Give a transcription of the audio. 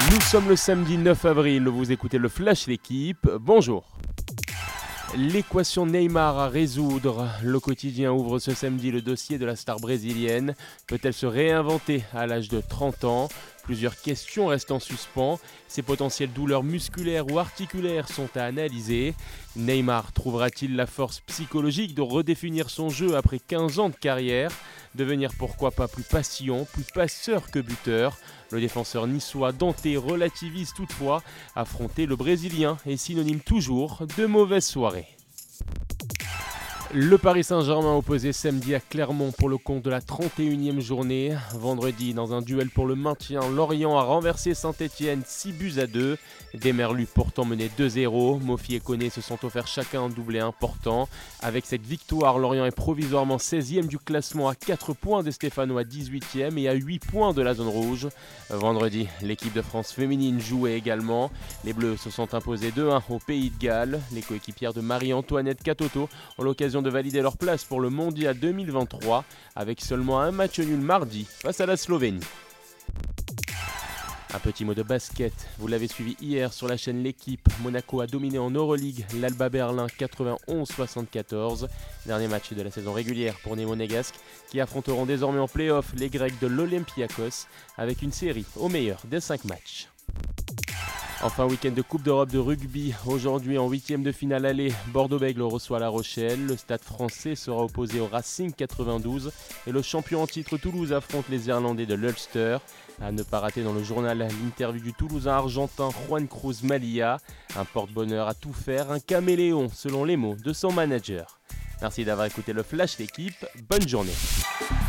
Nous sommes le samedi 9 avril, vous écoutez le Flash L'équipe, bonjour. L'équation Neymar à résoudre. Le quotidien ouvre ce samedi le dossier de la star brésilienne. Peut-elle se réinventer à l'âge de 30 ans ? Plusieurs questions restent en suspens. Ses potentielles douleurs musculaires ou articulaires sont à analyser. Neymar trouvera-t-il la force psychologique de redéfinir son jeu après 15 ans de carrière ? Devenir pourquoi pas plus patient, plus passeur que buteur ? Le défenseur niçois Danté relativise toutefois. Affronter le Brésilien est synonyme toujours de mauvaise soirée. Le Paris Saint-Germain opposé samedi à Clermont pour le compte de la 31e journée. Vendredi, dans un duel pour le maintien, Lorient a renversé Saint-Etienne 6-2. Des Merlus pourtant menés 2-0. Mofi et Koné se sont offerts chacun un doublé important. Avec cette victoire, Lorient est provisoirement 16e du classement à 4 points des Stéphanois 18e et à 8 points de la zone rouge. Vendredi, l'équipe de France féminine jouait également. Les Bleus se sont imposés 2-1 au Pays de Galles. Les coéquipières de Marie-Antoinette Katoto ont l'occasion de valider leur place pour le Mondial 2023 avec seulement un match nul mardi face à la Slovénie. Un petit mot de basket, vous l'avez suivi hier sur la chaîne L'équipe. Monaco a dominé en Euroleague l'Alba Berlin 91-74. Dernier match de la saison régulière pour les Monégasques qui affronteront désormais en play-off les Grecs de l'Olympiakos avec une série au meilleur des 5 matchs. Enfin, week-end de Coupe d'Europe de rugby. Aujourd'hui, en 8e de finale aller, Bordeaux-Bègles reçoit La Rochelle. Le Stade français sera opposé au Racing 92. Et le champion en titre Toulouse affronte les Irlandais de l'Ulster. À ne pas rater dans le journal l'interview du Toulousain argentin Juan Cruz Malia. Un porte-bonheur à tout faire, un caméléon selon les mots de son manager. Merci d'avoir écouté le Flash L'équipe. Bonne journée.